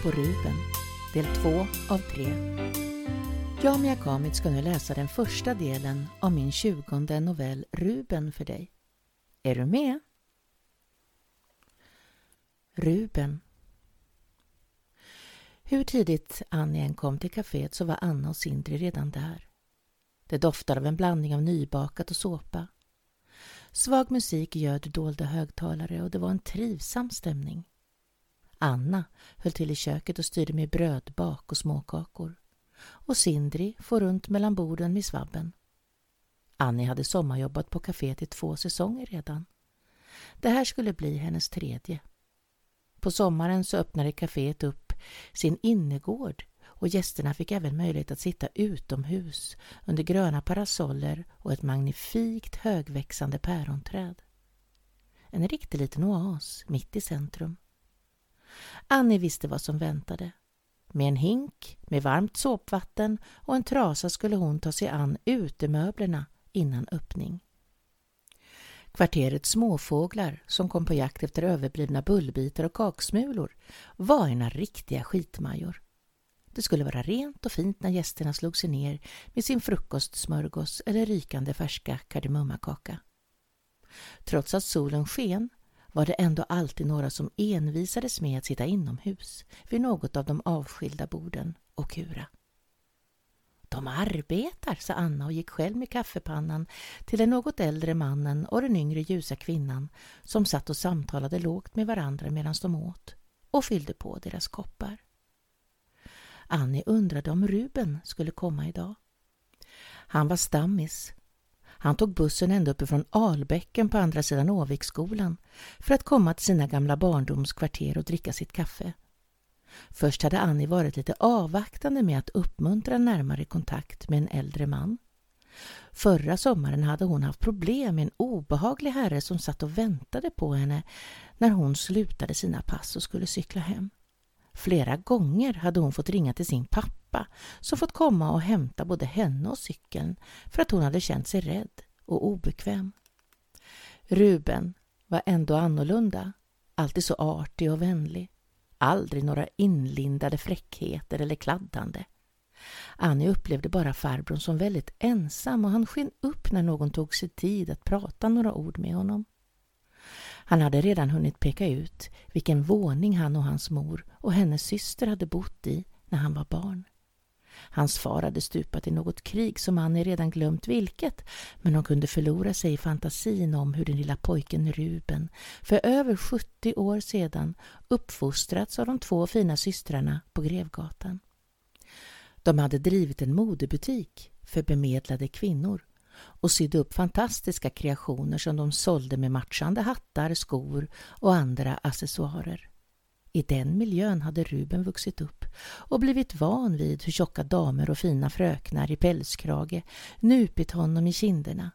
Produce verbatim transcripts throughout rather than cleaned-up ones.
på Ruben, del två av tre. Jag, Mia Kamit, ska nu läsa den första delen av min tjugonde novell Ruben för dig. Är du med? Ruben. Hur tidigt Annie än kom till kaféet så var Anna och Sindri redan där. Det doftade av en blandning av nybakat och såpa. Svag musik göd dolda högtalare och det var en trivsam stämning. Anna höll till i köket och styrde med brödbak och småkakor. Och Sindri får runt mellan borden med svabben. Annie hade sommarjobbat på kaféet i två säsonger redan. Det här skulle bli hennes tredje. På sommaren så öppnade kaféet upp sin innergård och gästerna fick även möjlighet att sitta utomhus under gröna parasoller och ett magnifikt högväxande päronträd. En riktig liten oas mitt i centrum. Annie visste vad som väntade. Med en hink, med varmt såpvatten och en trasa skulle hon ta sig an utemöblerna innan öppning. Kvarterets småfåglar som kom på jakt efter överblivna bullbitar och kaksmulor var ena riktiga skitmajor. Det skulle vara rent och fint när gästerna slog sig ner med sin frukostsmörgås eller rykande färska kardemummakaka. Trots att solen sken var det ändå alltid några som envisades med att sitta inomhus vid något av de avskilda borden och kura. De arbetar, sa Anna och gick själv med kaffepannan till den något äldre mannen och den yngre ljusa kvinnan som satt och samtalade lågt med varandra medan de åt och fyllde på deras koppar. Annie undrade om Ruben skulle komma idag. Han var stammis. Han tog bussen ända uppifrån Albäcken på andra sidan Åviksskolan för att komma till sina gamla barndomskvarter och dricka sitt kaffe. Först hade Annie varit lite avvaktande med att uppmuntra närmare kontakt med en äldre man. Förra sommaren hade hon haft problem med en obehaglig herre som satt och väntade på henne när hon slutade sina pass och skulle cykla hem. Flera gånger hade hon fått ringa till sin pappa som fått komma och hämta både henne och cykeln för att hon hade känt sig rädd och obekväm. Ruben var ändå annorlunda, alltid så artig och vänlig. Aldrig några inlindade fräckheter eller kladdande. Annie upplevde bara farbrorn som väldigt ensam och han sken upp när någon tog sig tid att prata några ord med honom. Han hade redan hunnit peka ut vilken våning han och hans mor och hennes syster hade bott i när han var barn. Hans far hade stupat i något krig som Annie redan glömt vilket, men hon kunde förlora sig i fantasin om hur den lilla pojken Ruben för över sjuttio år sedan uppfostrats av de två fina systrarna på Grevgatan. De hade drivit en modebutik för bemedlade kvinnor och sydde upp fantastiska kreationer som de sålde med matchande hattar, skor och andra accessoarer. I den miljön hade Ruben vuxit upp och blivit van vid hur tjocka damer och fina fröknar i pälskrage nupit honom i kinderna.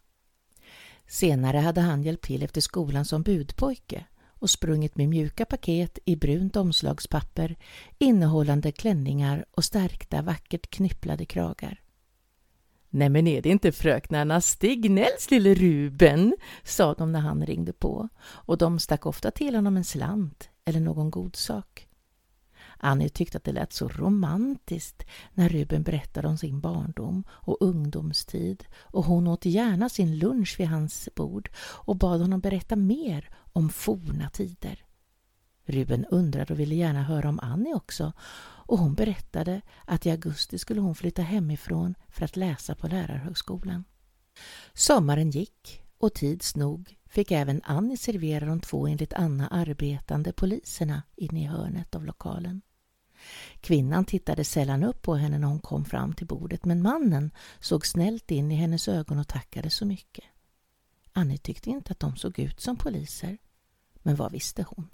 Senare hade han hjälpt till efter skolan som budpojke och sprungit med mjuka paket i brunt omslagspapper innehållande klänningar och stärkta vackert knypplade kragar. Nej, men är det inte fröknarna Stignells lille Ruben, sa de när han ringde på, och de stack ofta till honom en slant eller någon god sak. Annie tyckte att det lät så romantiskt när Ruben berättade om sin barndom och ungdomstid, och hon åt gärna sin lunch vid hans bord och bad honom berätta mer om forna tider. Ruben undrade och ville gärna höra om Annie också, och hon berättade att i augusti skulle hon flytta hemifrån för att läsa på lärarhögskolan. Sommaren gick och tids nog fick även Annie servera de två enligt Anna arbetande poliserna inne i hörnet av lokalen. Kvinnan tittade sällan upp på henne när hon kom fram till bordet, men mannen såg snällt in i hennes ögon och tackade så mycket. Annie tyckte inte att de såg ut som poliser, men vad visste hon?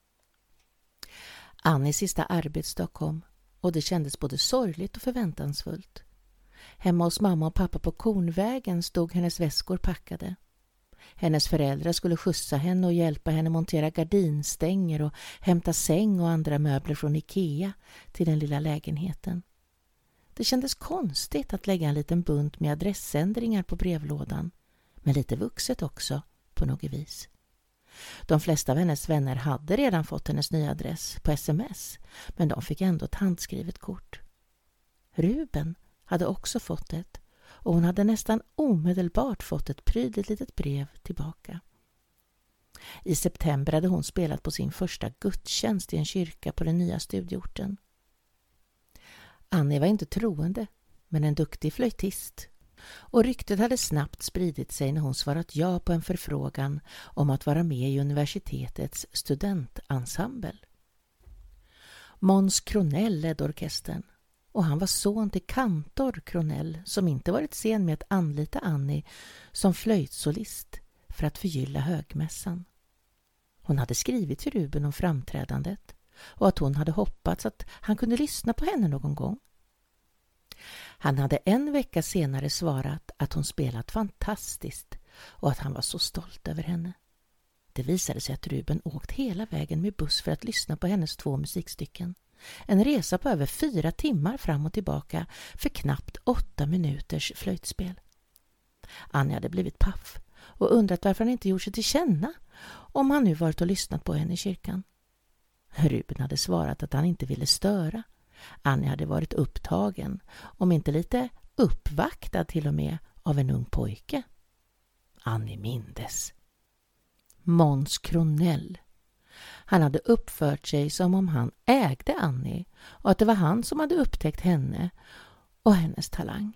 Annies sista arbetsdag kom och det kändes både sorgligt och förväntansfullt. Hemma hos mamma och pappa på Kornvägen stod hennes väskor packade. Hennes föräldrar skulle skjutsa henne och hjälpa henne montera gardinstänger och hämta säng och andra möbler från Ikea till den lilla lägenheten. Det kändes konstigt att lägga en liten bunt med adressändringar på brevlådan, men lite vuxet också på något vis. De flesta av hennes vänner hade redan fått hennes nya adress på sms, men de fick ändå ett handskrivet kort. Ruben hade också fått ett, och hon hade nästan omedelbart fått ett prydligt litet brev tillbaka. I september hade hon spelat på sin första gudstjänst i en kyrka på den nya studieorten. Annie var inte troende, men en duktig flöjtist. Och ryktet hade snabbt spridit sig när hon svarat ja på en förfrågan om att vara med i universitetets studentensemble. Måns Kronell ledde orkestern, och han var son till kantor Kronell som inte varit sen med att anlita Annie som flöjtsolist för att förgylla högmässan. Hon hade skrivit till Ruben om framträdandet och att hon hade hoppats att han kunde lyssna på henne någon gång. Han hade en vecka senare svarat att hon spelat fantastiskt och att han var så stolt över henne. Det visade sig att Ruben åkt hela vägen med buss för att lyssna på hennes två musikstycken. En resa på över fyra timmar fram och tillbaka för knappt åtta minuters flöjtspel. Annie hade blivit paff och undrat varför han inte gjort sig till känna om han nu varit och lyssnat på henne i kyrkan. Ruben hade svarat att han inte ville störa. Annie hade varit upptagen, om inte lite uppvaktad till och med, av en ung pojke. Annie mindes. Måns Kronell. Han hade uppfört sig som om han ägde Annie och att det var han som hade upptäckt henne och hennes talang.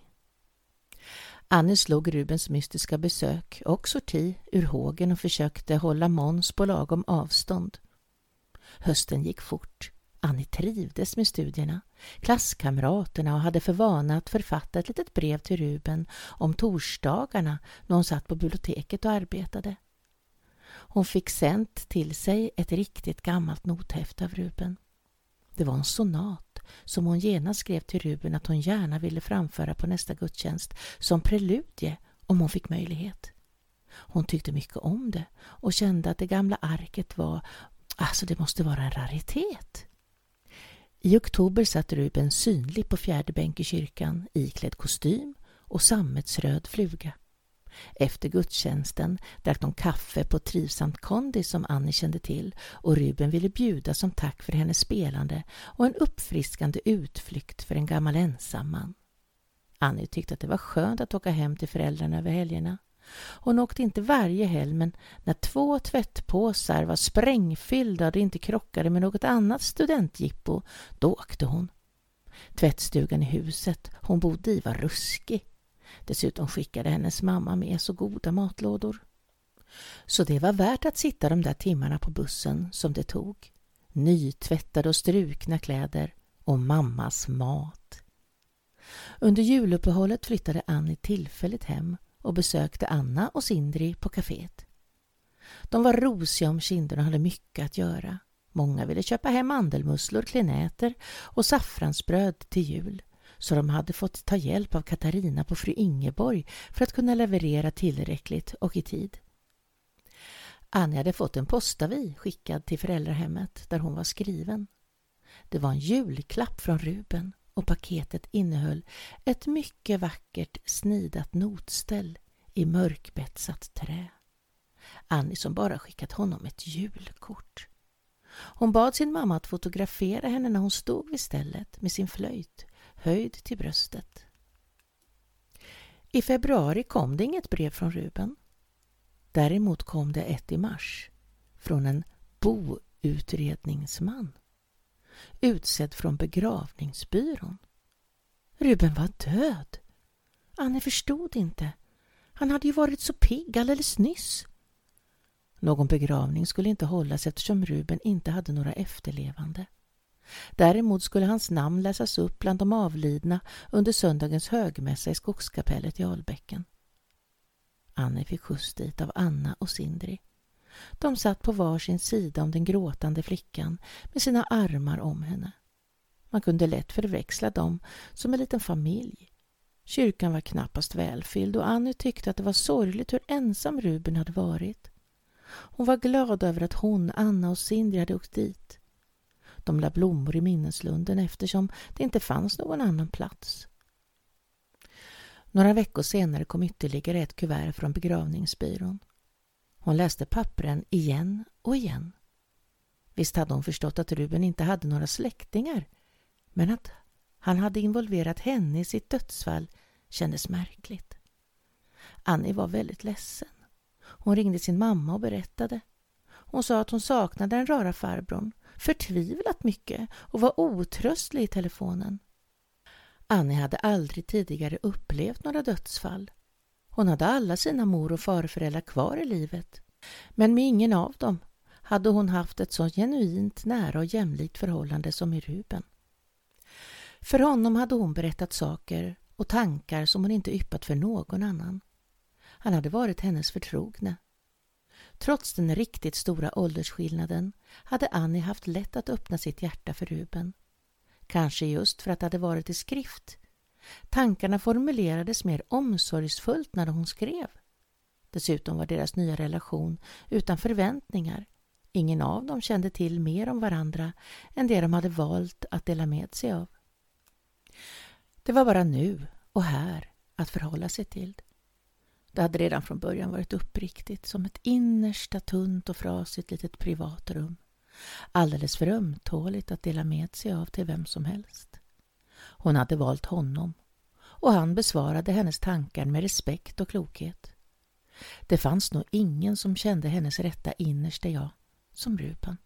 Annie slog Rubens mystiska besök och sorti ur hågen och försökte hålla Måns på lagom avstånd. Hösten gick fort. Annie trivdes med studierna, klasskamraterna och hade för vana att författa ett litet brev till Ruben om torsdagarna när hon satt på biblioteket och arbetade. Hon fick sänt till sig ett riktigt gammalt nothäfte av Ruben. Det var en sonat som hon genast skrev till Ruben att hon gärna ville framföra på nästa gudstjänst som preludie om hon fick möjlighet. Hon tyckte mycket om det och kände att det gamla arket var, alltså det måste vara en raritet. I oktober satt Ruben synlig på fjärde bänk i kyrkan, iklädd kostym och sammetsröd fluga. Efter gudstjänsten drack de kaffe på trivsamt kondi som Annie kände till, och Ruben ville bjuda som tack för hennes spelande och en uppfriskande utflykt för en gammal ensam man. Annie tyckte att det var skönt att åka hem till föräldrarna över helgerna. Hon åkte inte varje helg, men när två tvättpåsar var sprängfyllda och det inte krockade med något annat studentjippo, då åkte hon. Tvättstugan i huset hon bodde i var ruskig. Dessutom skickade hennes mamma med så goda matlådor. Så det var värt att sitta de där timmarna på bussen som det tog. Nytvättade och strukna kläder och mammas mat. Under juluppehållet flyttade Annie tillfälligt hem och besökte Anna och Sindri på kaféet. De var rosiga om kinderna och hade mycket att göra. Många ville köpa hem mandelmusslor, klinäter och saffransbröd till jul, så de hade fått ta hjälp av Katarina på fru Ingeborg för att kunna leverera tillräckligt och i tid. Annie hade fått en postavi skickad till föräldrahemmet där hon var skriven. Det var en julklapp från Ruben och paketet innehöll ett mycket vackert snidat notställ i mörkbetsat trä. Annie som bara skickat honom ett julkort. Hon bad sin mamma att fotografera henne när hon stod vid stället med sin flöjt höjd till bröstet. I februari kom det inget brev från Ruben. Däremot kom det ett i mars från en boutredningsman, utsedd från begravningsbyrån. Ruben var död. Annie förstod inte. Han hade ju varit så pigg alldeles nyss. Någon begravning skulle inte hållas eftersom Ruben inte hade några efterlevande. Däremot skulle hans namn läsas upp bland de avlidna under söndagens högmässa i skogskapellet i Albäcken. Annie fick skjuts dit av Anna och Sindri. De satt på varsin sida om den gråtande flickan med sina armar om henne. Man kunde lätt förväxla dem som en liten familj. Kyrkan var knappast välfylld och Annie tyckte att det var sorgligt hur ensam Ruben hade varit. Hon var glad över att hon, Anna och Sindri hade åkt dit. De la blommor i minneslunden eftersom det inte fanns någon annan plats. Några veckor senare kom ytterligare ett kuvert från begravningsbyrån. Hon läste pappren igen och igen. Visst hade hon förstått att Ruben inte hade några släktingar, men att han hade involverat henne i sitt dödsfall kändes märkligt. Annie var väldigt ledsen. Hon ringde sin mamma och berättade. Hon sa att hon saknade den rara farbrorn, förtvivlat mycket och var otröstlig i telefonen. Annie hade aldrig tidigare upplevt några dödsfall. Hon hade alla sina mor- och farföräldrar kvar i livet, men med ingen av dem hade hon haft ett så genuint nära och jämlikt förhållande som i Ruben. För honom hade hon berättat saker och tankar som hon inte yppat för någon annan. Han hade varit hennes förtrogne. Trots den riktigt stora åldersskillnaden hade Annie haft lätt att öppna sitt hjärta för Ruben. Kanske just för att det hade varit i skrift. Tankarna formulerades mer omsorgsfullt när hon skrev. Dessutom var deras nya relation utan förväntningar. Ingen av dem kände till mer om varandra än det de hade valt att dela med sig av. Det var bara nu och här att förhålla sig till. Det hade redan från början varit uppriktigt, som ett innersta tunt och frasigt litet privat rum. Alldeles för ömtåligt att dela med sig av till vem som helst. Hon hade valt honom och han besvarade hennes tankar med respekt och klokhet. Det fanns nog ingen som kände hennes rätta innersta jag som Ruben.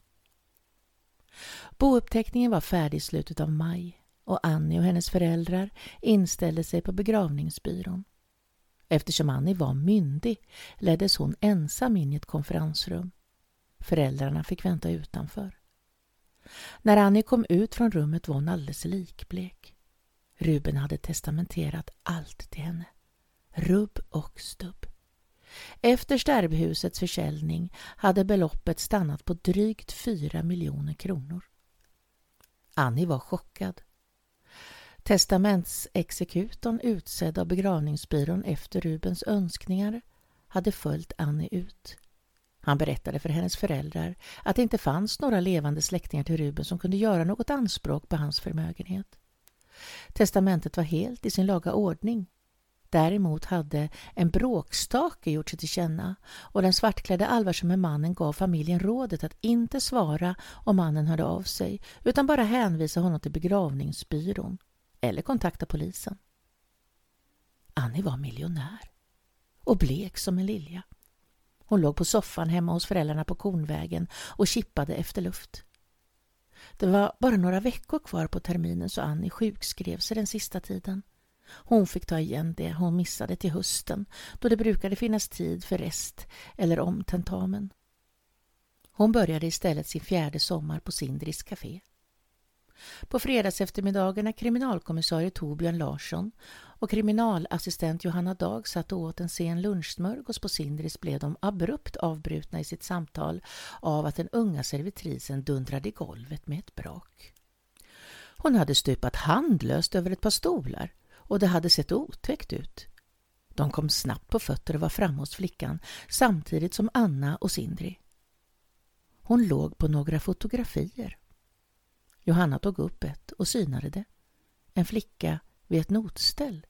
Bouppteckningen var färdig i slutet av maj och Annie och hennes föräldrar inställde sig på begravningsbyrån. Eftersom Annie var myndig leddes hon ensam in i ett konferensrum. Föräldrarna fick vänta utanför. När Annie kom ut från rummet var hon alldeles likblek. Ruben hade testamenterat allt till henne. Rubb och stubb. Efter stärbhusets försäljning hade beloppet stannat på drygt fyra miljoner kronor. Annie var chockad. Testamentsexekutorn utsedd av begravningsbyrån efter Rubens önskningar hade följt Annie ut. Han berättade för hennes föräldrar att det inte fanns några levande släktingar till Ruben som kunde göra något anspråk på hans förmögenhet. Testamentet var helt i sin laga ordning. Däremot hade en bråkstake gjort sig till känna och den svartklädde allvarsamma mannen gav familjen rådet att inte svara om mannen hörde av sig utan bara hänvisa honom till begravningsbyrån eller kontakta polisen. Annie var miljonär och blek som en lilja. Hon låg på soffan hemma hos föräldrarna på Kornvägen och kippade efter luft. Det var bara några veckor kvar på terminen så Annie sjukskrev sig den sista tiden. Hon fick ta igen det hon missade till hösten då det brukade finnas tid för rest eller om tentamen. Hon började istället sin fjärde sommar på Sindris café. På fredags eftermiddagen när kriminalkommissarie Torbjörn Larsson och kriminalassistent Johanna Dag satt och åt en sen lunchsmörgås på Sindris blev de abrupt avbrutna i sitt samtal av att den unga servitrisen dundrade i golvet med ett brak. Hon hade stupat handlöst över ett par stolar och det hade sett otäckt ut. De kom snabbt på fötter och var framme hos flickan samtidigt som Anna och Sindri. Hon låg på några fotografier. Johanna tog upp ett och synade det. En flicka vid ett notställ.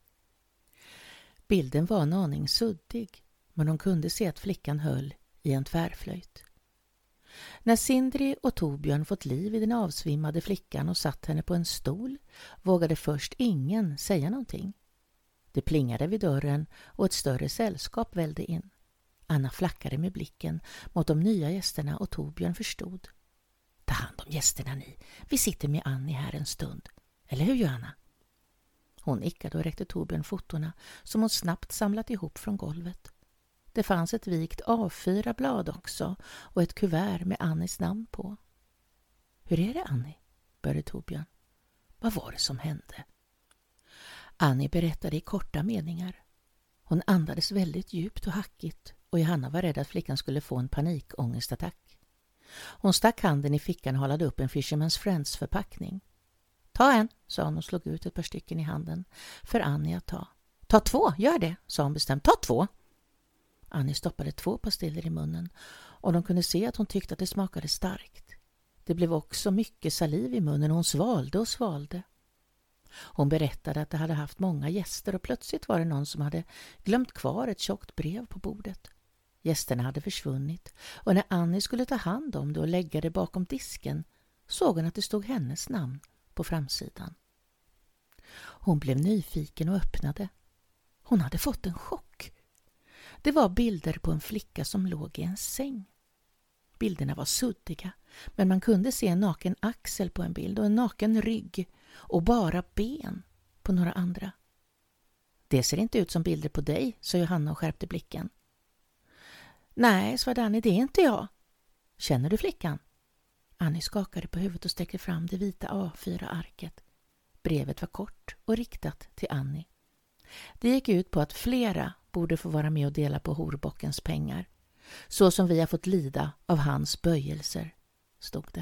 Bilden var en aning suddig, men hon kunde se att flickan höll i en tvärflöjt. När Sindri och Torbjörn fått liv i den avsvimmade flickan och satt henne på en stol vågade först ingen säga någonting. Det plingade vid dörren och ett större sällskap välde in. Anna flackade med blicken mot de nya gästerna och Torbjörn förstod. Ta hand om gästerna ni. Vi sitter med Annie här en stund. Eller hur, Johanna? Hon nickade och räckte Torbjörn fotorna som hon snabbt samlat ihop från golvet. Det fanns ett vikt A fyra blad också och ett kuvert med Annies namn på. Hur är det, Annie? Började Torbjörn. Vad var det som hände? Annie berättade i korta meningar. Hon andades väldigt djupt och hackigt och Johanna var rädd att flickan skulle få en panikångestattack. Hon stack handen i fickan och hållade upp en Fisherman's Friends förpackning. Ta en, sa hon och slog ut ett par stycken i handen för Annie att ta. Ta två, gör det, sa hon bestämt. Ta två. Annie stoppade två pastiller i munnen och de kunde se att hon tyckte att det smakade starkt. Det blev också mycket saliv i munnen och hon svalde och svalde. Hon berättade att det hade haft många gäster och plötsligt var det någon som hade glömt kvar ett tjockt brev på bordet. Gästerna hade försvunnit och när Annie skulle ta hand om det och lägga det bakom disken såg hon att det stod hennes namn på framsidan. Hon blev nyfiken och öppnade. Hon hade fått en chock. Det var bilder på en flicka som låg i en säng. Bilderna var suddiga, men man kunde se en naken axel på en bild och en naken rygg och bara ben på några andra. Det ser inte ut som bilder på dig, sa Johanna och skärpte blicken. Nej, svarade Annie, det är inte jag. Känner du flickan? Annie skakade på huvudet och sträckte fram det vita A fyra-arket. Brevet var kort och riktat till Annie. Det gick ut på att flera borde få vara med och dela på horbockens pengar. Så som vi har fått lida av hans böjelser, stod det.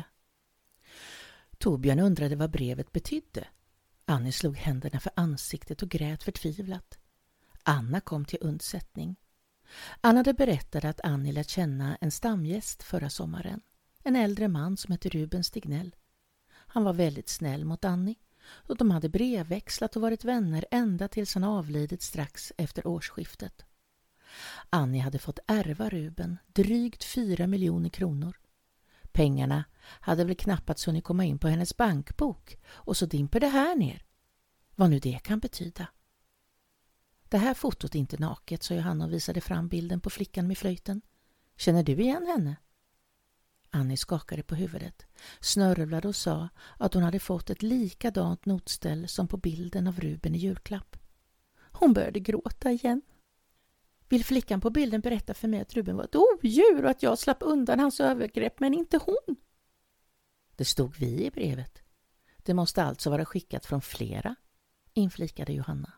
Torbjörn undrade vad brevet betydde. Annie slog händerna för ansiktet och grät förtvivlat. Anna kom till undsättning. Anna hade berättat att Annie lärt känna en stamgäst förra sommaren. En äldre man som hette Ruben Stignell. Han var väldigt snäll mot Annie och de hade brevväxlat och varit vänner ända tills han avlidit strax efter årsskiftet. Annie hade fått ärva Ruben drygt fyra miljoner kronor. Pengarna hade väl knappast hunnit komma in på hennes bankbok och så dimper det här ner. Vad nu det kan betyda. Det här fotot är inte naket, sa Johanna och visade fram bilden på flickan med flöjten. Känner du igen henne? Annie skakade på huvudet, snörvlade och sa att hon hade fått ett likadant notställ som på bilden av Ruben i julklapp. Hon började gråta igen. Vill flickan på bilden berätta för mig att Ruben var ett odjur och att jag slapp undan hans övergrepp, men inte hon? Det stod vi i brevet. Det måste alltså vara skickat från flera, inflikade Johanna.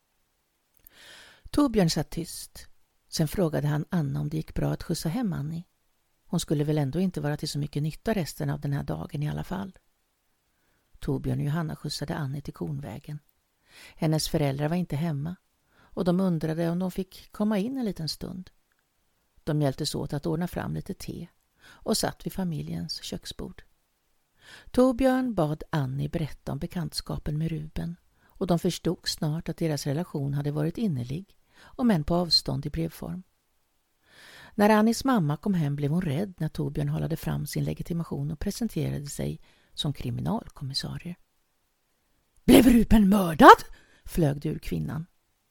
Torbjörn satt tyst. Sen frågade han Anna om det gick bra att skjutsa hem Annie. Hon skulle väl ändå inte vara till så mycket nytta resten av den här dagen i alla fall. Torbjörn och Johanna skjutsade Annie till Kornvägen. Hennes föräldrar var inte hemma och de undrade om de fick komma in en liten stund. De hjälptes åt att ordna fram lite te och satt vid familjens köksbord. Torbjörn bad Annie berätta om bekantskapen med Ruben och de förstod snart att deras relation hade varit innerlig, om än på avstånd i brevform. När Annies mamma kom hem blev hon rädd när Torbjörn hållade fram sin legitimation och presenterade sig som kriminalkommissarie. Blev Ruben mördad? Flög det ur kvinnan.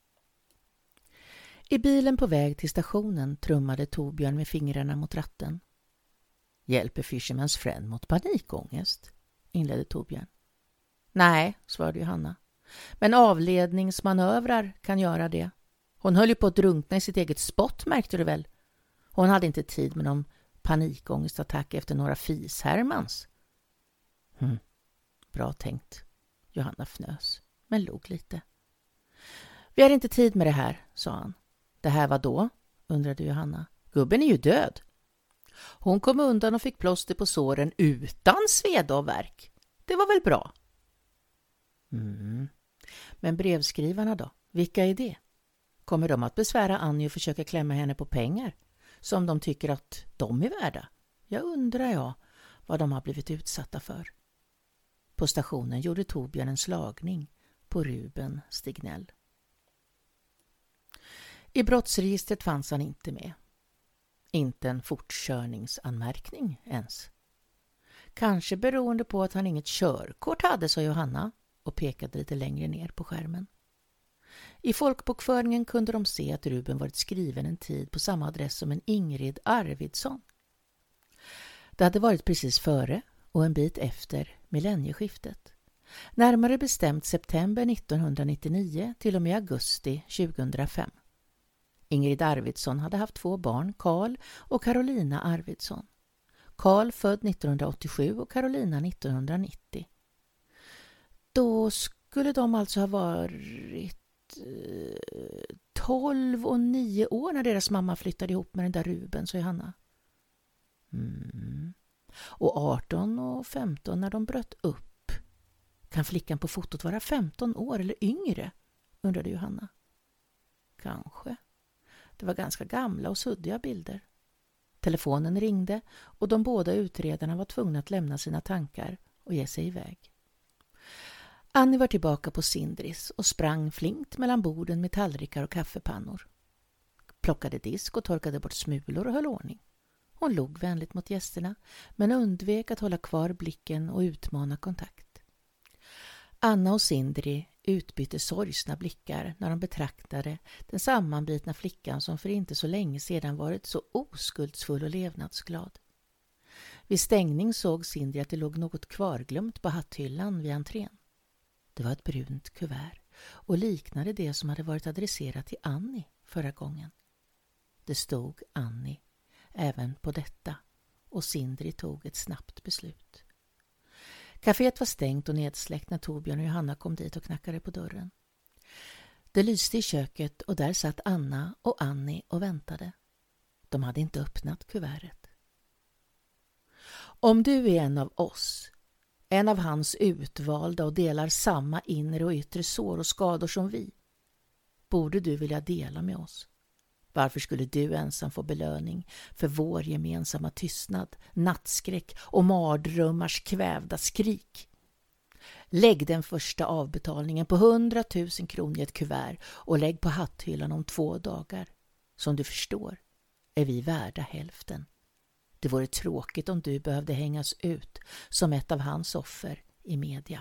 I bilen på väg till stationen trummade Torbjörn med fingrarna mot ratten. Hjälper Fisherman's Friend mot panikångest? Inledde Torbjörn. Nej, svarade Johanna. Men avledningsmanövrar kan göra det. Hon höll ju på att drunkna i sitt eget spott, märkte du väl? Hon hade inte tid med någon panikångestattack efter några fishärmans. Hm, bra tänkt. Johanna fnös, men log lite. Vi har inte tid med det här, sa han. Det här var då, undrade Johanna. Gubben är ju död. Hon kom undan och fick plåster på såren utan sveda och värk. Det var väl bra? Mm. Men brevskrivarna då? Vilka är det? Kommer de att besvära Annie och försöka klämma henne på pengar som de tycker att de är värda? Jag undrar jag vad de har blivit utsatta för. På stationen gjorde Torbjörn en slagning på Ruben Stignell. I brottsregistret fanns han inte med. Inte en fortkörningsanmärkning ens. Kanske beroende på att han inget körkort hade, sa Johanna och pekade lite längre ner på skärmen. I folkbokföringen kunde de se att Ruben varit skriven en tid på samma adress som en Ingrid Arvidsson. Det hade varit precis före och en bit efter millennieskiftet. Närmare bestämt september nittonhundranittionio till och med augusti tjugohundrafem. Ingrid Arvidsson hade haft två barn, Karl och Carolina Arvidsson. Karl född nittonhundraåttiosju och Carolina nittonhundranittio. Då skulle de alltså ha varit eh, tolv och nio år när deras mamma flyttade ihop med den där Ruben, sa Johanna. Mm. Och arton och femton när de bröt upp. Kan flickan på fotot vara femton år eller yngre? Undrade Johanna. Kanske. Det var ganska gamla och suddiga bilder. Telefonen ringde och de båda utredarna var tvungna att lämna sina tankar och ge sig iväg. Annie var tillbaka på Sindris och sprang flinkt mellan borden med tallrikar och kaffepannor. plockade disk och torkade bort smulor och höll ordning. Hon log vänligt mot gästerna, men undvek att hålla kvar blicken och utmana kontakt. Anna och Sindri utbytte sorgsna blickar när de betraktade den sammanbitna flickan som för inte så länge sedan varit så oskuldsfull och levnadsglad. Vid stängning såg Sindri att det låg något kvarglömt på hatthyllan vid entrén. Det var ett brunt kuvert och liknade det som hade varit adresserat till Annie förra gången. Det stod Annie även på detta och Sindri tog ett snabbt beslut. Caféet var stängt och nedsläckt när Torbjörn och Johanna kom dit och knackade på dörren. Det lyste i köket och där satt Anna och Annie och väntade. De hade inte öppnat kuvertet. Om du är en av oss, en av hans utvalda och delar samma inre och yttre sår och skador som vi, borde du vilja dela med oss. Varför skulle du ensam få belöning för vår gemensamma tystnad, nattskräck och mardrömmars kvävda skrik? Lägg den första avbetalningen på hundratusen kronor i ett kuvert och lägg på hatthyllan om två dagar. Som du förstår är vi värda hälften. Det vore tråkigt om du behövde hängas ut som ett av hans offer i media.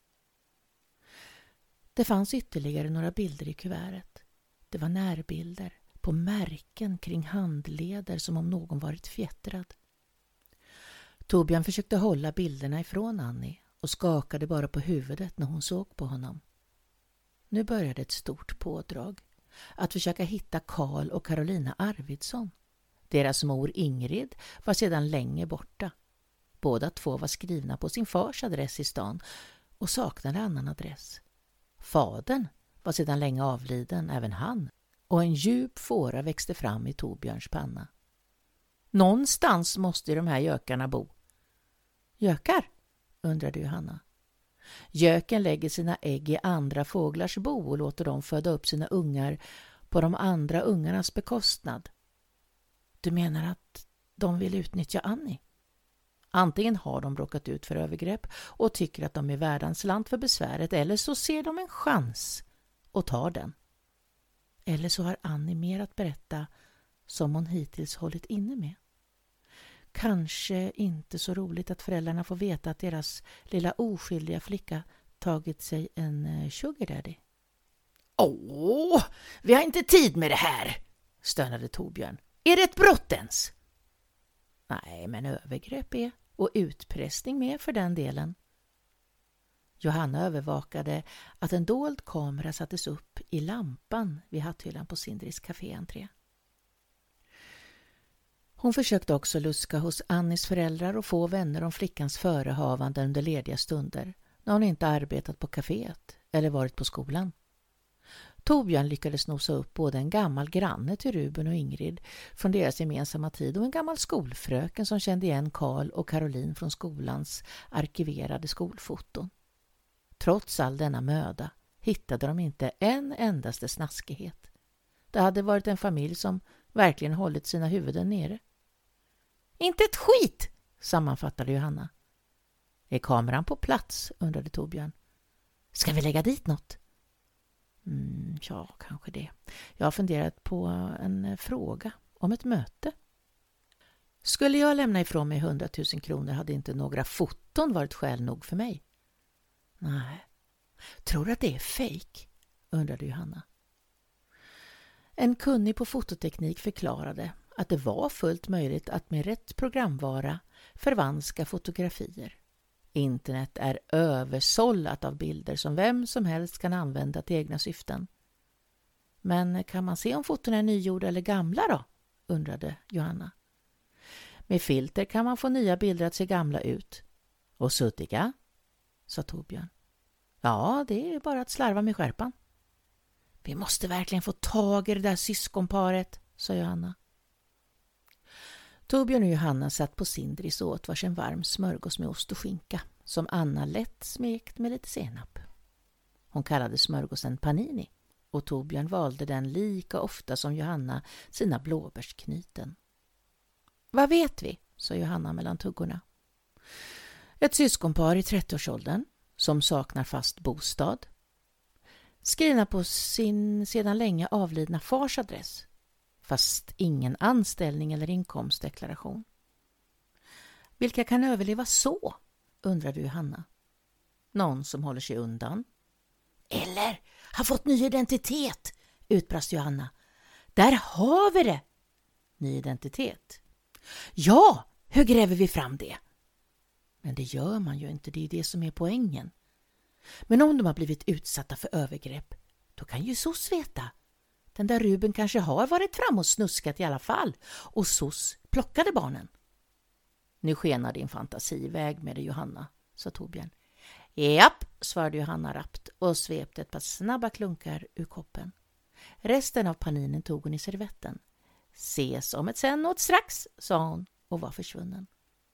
Det fanns ytterligare några bilder i kuvertet. Det var närbilder på märken kring handleder som om någon varit fjättrad. Torbjörn försökte hålla bilderna ifrån Annie och skakade bara på huvudet när hon såg på honom. Nu började ett stort pådrag. Att försöka hitta Karl och Carolina Arvidsson. Deras mor Ingrid var sedan länge borta. Båda två var skrivna på sin fars adress i stan och saknade annan adress. Fadern var sedan länge avliden, även han, och en djup fåra växte fram i Torbjörns panna. Någonstans måste de här gökarna bo. Gökar? Undrade Johanna. Göken lägger sina ägg i andra fåglars bo och låter dem föda upp sina ungar på de andra ungarnas bekostnad. Du menar att de vill utnyttja Annie? Antingen har de råkat ut för övergrepp och tycker att de är värdans land för besväret, eller så ser de en chans och tar den. Eller så har Annie mer att berätta som hon hittills hållit inne med. Kanske inte så roligt att föräldrarna får veta att deras lilla oskyldiga flicka tagit sig en sugar daddy. Åh, vi har inte tid med det här, stönade Torbjörn. Är det ett brott ens? Nej, men övergrepp är och utpressning med för den delen. Johanna övervakade att en dold kamera sattes upp i lampan vid hatthyllan på Sindris kaféentré. Hon försökte också luska hos Annis föräldrar och få vänner om flickans förehavande under lediga stunder när hon inte arbetat på kaféet eller varit på skolan. Torbjörn lyckades nosa upp både en gammal granne till Ruben och Ingrid från deras gemensamma tid och en gammal skolfröken som kände igen Karl och Caroline från skolans arkiverade skolfoton. Trots all denna möda hittade de inte en endaste snaskighet. Det hade varit en familj som verkligen hållit sina huvuden nere. Inte ett skit, sammanfattade Johanna. Är kameran på plats, undrade Torbjörn. Ska vi lägga dit något? Mm, ja, kanske det. Jag har funderat på en fråga om ett möte. Skulle jag lämna ifrån mig hundratusen kronor hade inte några foton varit skäl nog för mig. Nej. Tror du att det är fake? Undrade Johanna. En kunnig på fototeknik förklarade att det var fullt möjligt att med rätt programvara förvanska fotografier. Internet är översållat av bilder som vem som helst kan använda till egna syften. Men kan man se om foton är nygjorda eller gamla då? Undrade Johanna. Med filter kan man få nya bilder att se gamla ut. Och suddiga, sa Torbjörn. Ja, det är bara att slarva med skärpan. Vi måste verkligen få tag i det där syskonparet, sa Johanna. Torbjörn och Johanna satt på Sindris och åt varsin varm smörgås med ost och skinka som Anna lätt smekt med lite senap. Hon kallade smörgåsen panini och Torbjörn valde den lika ofta som Johanna sina blåbärsknyten. Vad vet vi, sa Johanna mellan tuggorna. Ett syskonpar i trettioårsåldern som saknar fast bostad. Skrivna på sin sedan länge avlidna fars adress. fast ingen anställning eller inkomstdeklaration. Vilka kan överleva så, undrade Johanna. Någon som håller sig undan. Eller har fått ny identitet, utbrast Johanna. Där har vi det! Ny identitet. Ja, hur gräver vi fram det? Men det gör man ju inte, det är det som är poängen. Men om de har blivit utsatta för övergrepp, då kan ju S O S veta. Den där Ruben kanske har varit fram och snuskat i alla fall, och S O S plockade barnen. Nu skenar din fantasi iväg med det, Johanna, sa Torbjörn. Japp, svarade Johanna rappt och svepte ett par snabba klunkar ur koppen. Resten av paninen tog hon i servetten. Ses om ett sen och ett strax, sa hon och var försvunnen.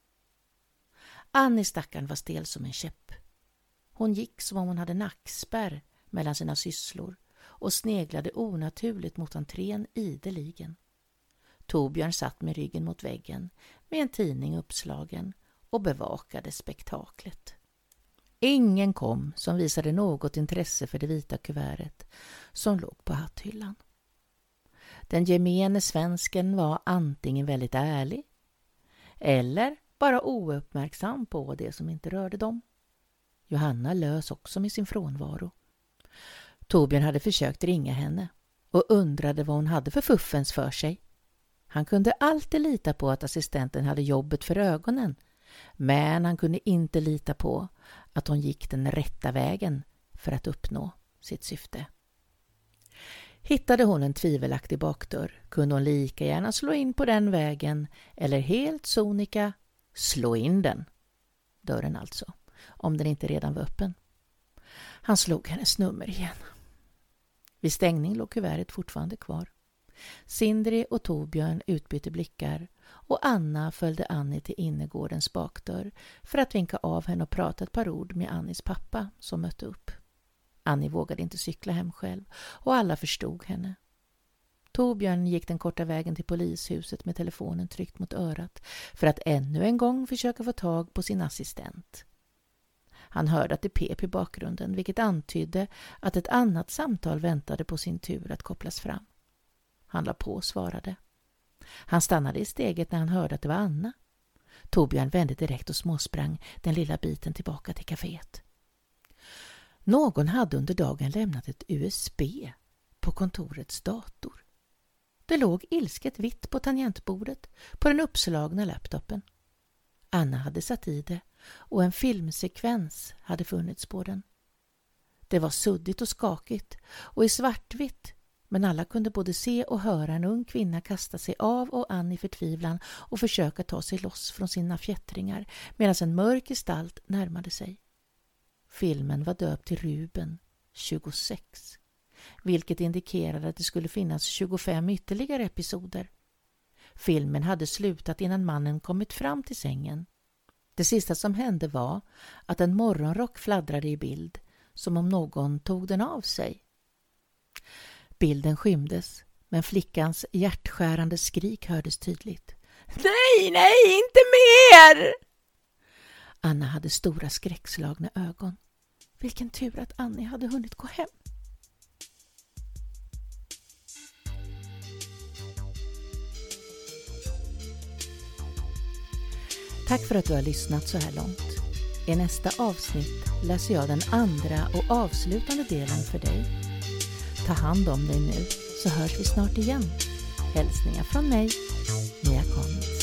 Annie stackaren var stel som en käpp. Hon gick som om hon hade nackspärr mellan sina sysslor och sneglade onaturligt mot entrén ideligen. Torbjörn satt med ryggen mot väggen med en tidning uppslagen och bevakade spektaklet. Ingen kom som visade något intresse för det vita kuvertet som låg på hatthyllan. Den gemene svensken var antingen väldigt ärlig eller bara ouppmärksam på det som inte rörde dem. Johanna lös också med sin frånvaro. Torbjörn hade försökt ringa henne och undrade vad hon hade för fuffens för sig. Han kunde alltid lita på att assistenten hade jobbet för ögonen, men han kunde inte lita på att hon gick den rätta vägen för att uppnå sitt syfte. Hittade hon en tvivelaktig bakdörr kunde hon lika gärna slå in på den vägen eller helt sonika slå in den. Dörren alltså, om den inte redan var öppen. Han slog hennes nummer igen. Vid stängning låg kuvertet fortfarande kvar. Sindri och Torbjörn utbytte blickar och Anna följde Annie till innergårdens bakdörr för att vinka av henne och prata ett par ord med Annies pappa som mötte upp. Annie vågade inte cykla hem själv och alla förstod henne. Torbjörn gick den korta vägen till polishuset med telefonen tryckt mot örat för att ännu en gång försöka få tag på sin assistent. Han hörde att det pep i bakgrunden, vilket antydde att ett annat samtal väntade på sin tur att kopplas fram. Han la på och svarade. Han stannade i steget när han hörde att det var Anna. Torbjörn vände direkt och småsprang den lilla biten tillbaka till kaféet. Någon hade under dagen lämnat ett U S B på kontorets dator. Det låg ilsket vitt på tangentbordet på den uppslagna laptopen. Anna hade satt i det och en filmsekvens hade funnits på den. Det var suddigt och skakigt och i svartvitt, men alla kunde både se och höra en ung kvinna kasta sig av och an i förtvivlan och försöka ta sig loss från sina fjättringar medan en mörk gestalt närmade sig. Filmen var döpt till Ruben tjugosex, vilket indikerade att det skulle finnas tjugofem ytterligare episoder. Filmen hade slutat innan mannen kommit fram till sängen. Det sista som hände var att en morgonrock fladdrade i bild, som om någon tog den av sig. Bilden skymdes, men flickans hjärtskärande skrik hördes tydligt. Nej, nej, inte mer! Anna hade stora skräckslagna ögon. Vilken tur att Annie hade hunnit gå hem. Tack för att du har lyssnat så här långt. I nästa avsnitt läser jag den andra och avslutande delen för dig. Ta hand om dig nu så hörs vi snart igen. Hälsningar från mig, Mia Konitz.